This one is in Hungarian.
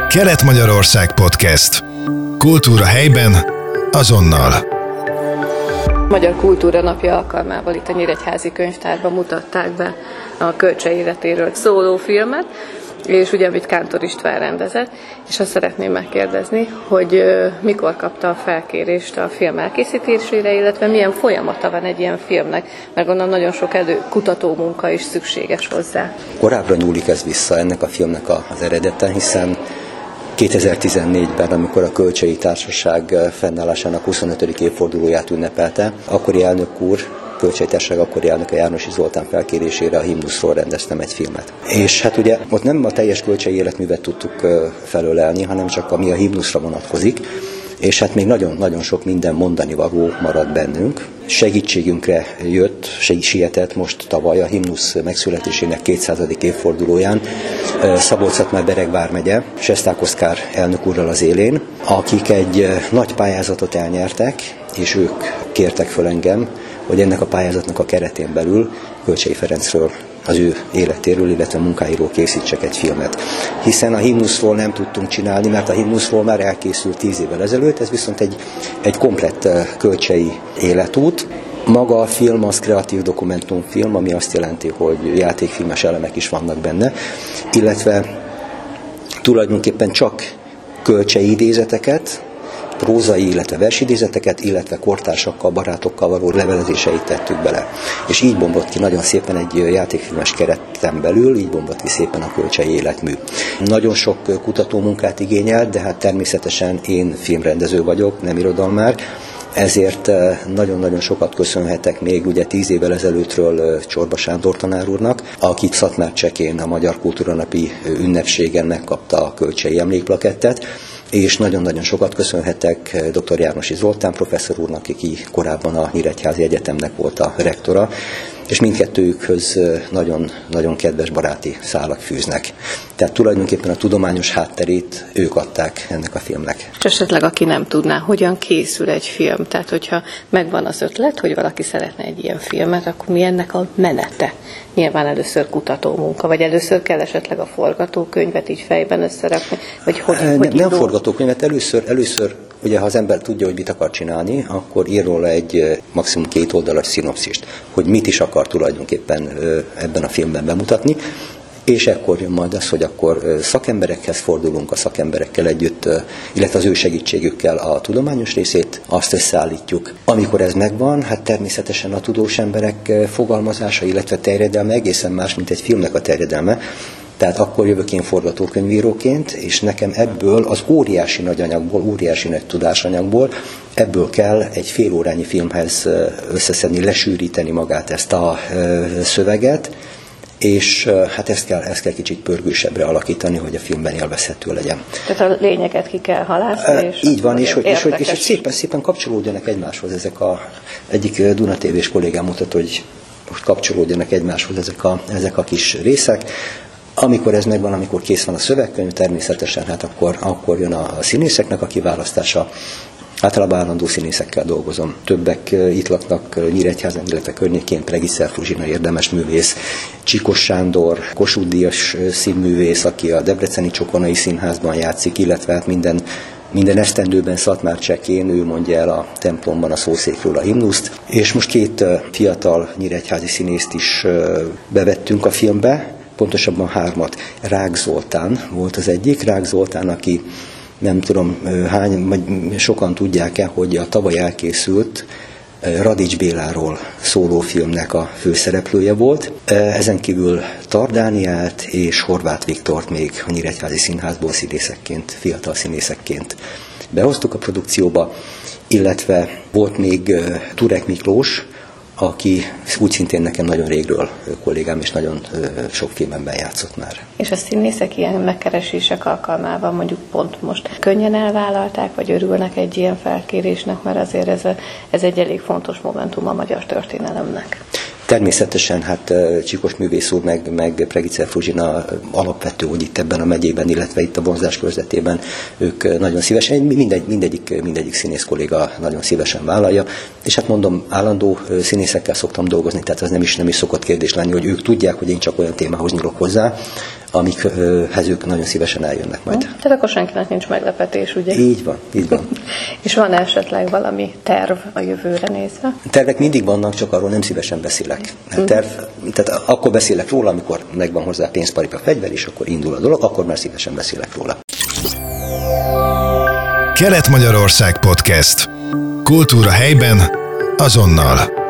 Kelet-Magyarország Podcast. Kultúra helyben, azonnal. Magyar Kultúra Napja alkalmával itt a Nyíregyházi Könyvtárban mutatták be a Kölcsey életéről szóló filmet, és ugye, amit Kántor István rendezett, és azt szeretném megkérdezni, hogy mikor kapta a felkérést a film elkészítésére, illetve milyen folyamata van egy ilyen filmnek, mert gondolom nagyon sok kutató munka is szükséges hozzá. Korábbra nyúlik ez vissza ennek a filmnek az eredete, hiszen 2014-ben, amikor a Kölcseyi Társaság fennállásának 25. évfordulóját ünnepelte, akkori elnök úr, Kölcseyi Társaság akkori elnöke Jánosi Zoltán felkérésére a himnuszról rendeztem egy filmet. És hát ugye ott nem a teljes kölcsei életművet tudtuk felölelni, hanem csak ami a himnuszra vonatkozik, és hát még nagyon-nagyon sok minden mondani való maradt bennünk. Segítségünkre sietett most tavaly a himnusz megszületésének 200. évfordulóján Szabolcs-Szatmár-Bereg vármegye, Sesták Oszkár elnök úrral az élén, akik egy nagy pályázatot elnyertek, és ők kértek föl engem, hogy ennek a pályázatnak a keretén belül Kölcsey Ferencről, az ő életéről, illetve munkáiról készítsek egy filmet. Hiszen a himnuszról nem tudtunk csinálni, mert a himnuszról már elkészült 10 évvel ezelőtt, ez viszont egy komplett kölcsei életút. Maga a film az kreatív dokumentumfilm, ami azt jelenti, hogy játékfilmes elemek is vannak benne, illetve tulajdonképpen csak kölcsei idézeteket, prózai, illetve versidézeteket, illetve kortársakkal, barátokkal való levelezéseit tettük bele. És így bomlott ki nagyon szépen egy játékfilmes kereten belül, így bomlott ki szépen a kölcsei életmű. Nagyon sok kutatómunkát igényelt, de hát természetesen én filmrendező vagyok, nem irodalmár, ezért nagyon-nagyon sokat köszönhetek még ugye 10 évvel ezelőttről Csorba Sándor tanár úrnak, aki Szatmár-Csekén a Magyar Kultúra Napi ünnepségen megkapta a kölcsei emlékplakettet, és nagyon-nagyon sokat köszönhetek dr. Jánosi Zoltán professzor úrnak, aki korábban a Nyíregyházi Egyetemnek volt a rektora, és mindkettőjükhöz nagyon kedves baráti szálak fűznek. Tehát tulajdonképpen a tudományos hátterét ők adták ennek a filmnek. És esetleg aki nem tudná, hogyan készül egy film, tehát hogyha megvan az ötlet, hogy valaki szeretne egy ilyen filmet, akkor mi ennek a menete? Nyilván először kutatómunka, vagy először kell esetleg a forgatókönyvet így fejben összerakni, vagy hogy nem forgatókönyvet, először ugye ha az ember tudja, hogy mit akar csinálni, akkor ír róla egy maximum 2 oldalas szinopszist, hogy mit is akar tulajdonképpen ebben a filmben bemutatni, és ekkor jön majd az, hogy akkor szakemberekhez fordulunk, a szakemberekkel együtt, illetve az ő segítségükkel a tudományos részét, azt összeállítjuk. Amikor ez megvan, hát természetesen a tudós emberek fogalmazása, illetve terjedelme egészen más, mint egy filmnek a terjedelme. Tehát akkor jövök én forgatókönyvíróként, és nekem ebből az óriási nagy anyagból, óriási nagy tudásanyagból, ebből kell egy félórányi filmhez összeszedni, lesűríteni magát ezt a szöveget, és hát ezt kell kicsit pörgősebbre alakítani, hogy a filmben élvezhető legyen. Tehát a lényeget ki kell halászni. Így van, és hogy szépen kapcsolódjanak egymáshoz ezek egyik Duna TV-s kollégám mutatta, hogy kapcsolódjanak egymáshoz ezek a kis részek. Amikor ez megvan, amikor kész van a szövegkönyv, természetesen hát akkor jön a színészeknek a kiválasztása. Általában állandó színészekkel dolgozom. Többek itt laknak Nyíregyházan, illetve környékén, Pregiszer Fruzsina érdemes művész, Csikos Sándor, Kossuth Díjas színművész, aki a Debreceni Csokonai Színházban játszik, illetve hát minden esztendőben Szatmár-Csekén ő mondja el a templomban a szószékről a himnuszt. És most 2 fiatal nyíregyházi színészt is bevettünk a filmbe, pontosabban 3. Rák Zoltán volt az egyik. Rák Zoltán, aki nem tudom sokan tudják-e, hogy a tavaly elkészült Radics Béláról szóló filmnek a főszereplője volt. Ezen kívül Tar Dánielt és Horváth Viktort még a Nyíregyházi Színházból színészekként, fiatal színészekként behoztuk a produkcióba, illetve volt még Turek Miklós, aki úgy szintén nekem nagyon régről kollégám, és nagyon sok filmben játszott már. És a színészek ilyen megkeresések alkalmával mondjuk pont most könnyen elvállalták, vagy örülnek egy ilyen felkérésnek, mert azért ez egy elég fontos momentum a magyar történelemnek. Természetesen hát Csikos művész úr, meg Pregiszer Fruzsina alapvető, hogy itt ebben a megyében, illetve itt a vonzás körzetében ők nagyon szívesen, mindegyik színész kolléga nagyon szívesen vállalja, és hát mondom, állandó színészekkel szoktam dolgozni, tehát az nem is szokott kérdés lenni, hogy ők tudják, hogy én csak olyan témához nyúlok hozzá, amikhez ők nagyon szívesen eljönnek majd. Tehát akkor senkinek nincs meglepetés, ugye? Így van, így van. És van esetleg valami terv a jövőre nézve? Tervek mindig vannak, csak arról nem szívesen beszélek. Tehát akkor beszélek róla, amikor megvan hozzá pénzparipa, fegyver, és akkor indul a dolog, akkor már szívesen beszélek róla. Kelet-Magyarország Podcast. Kultúra helyben, azonnal.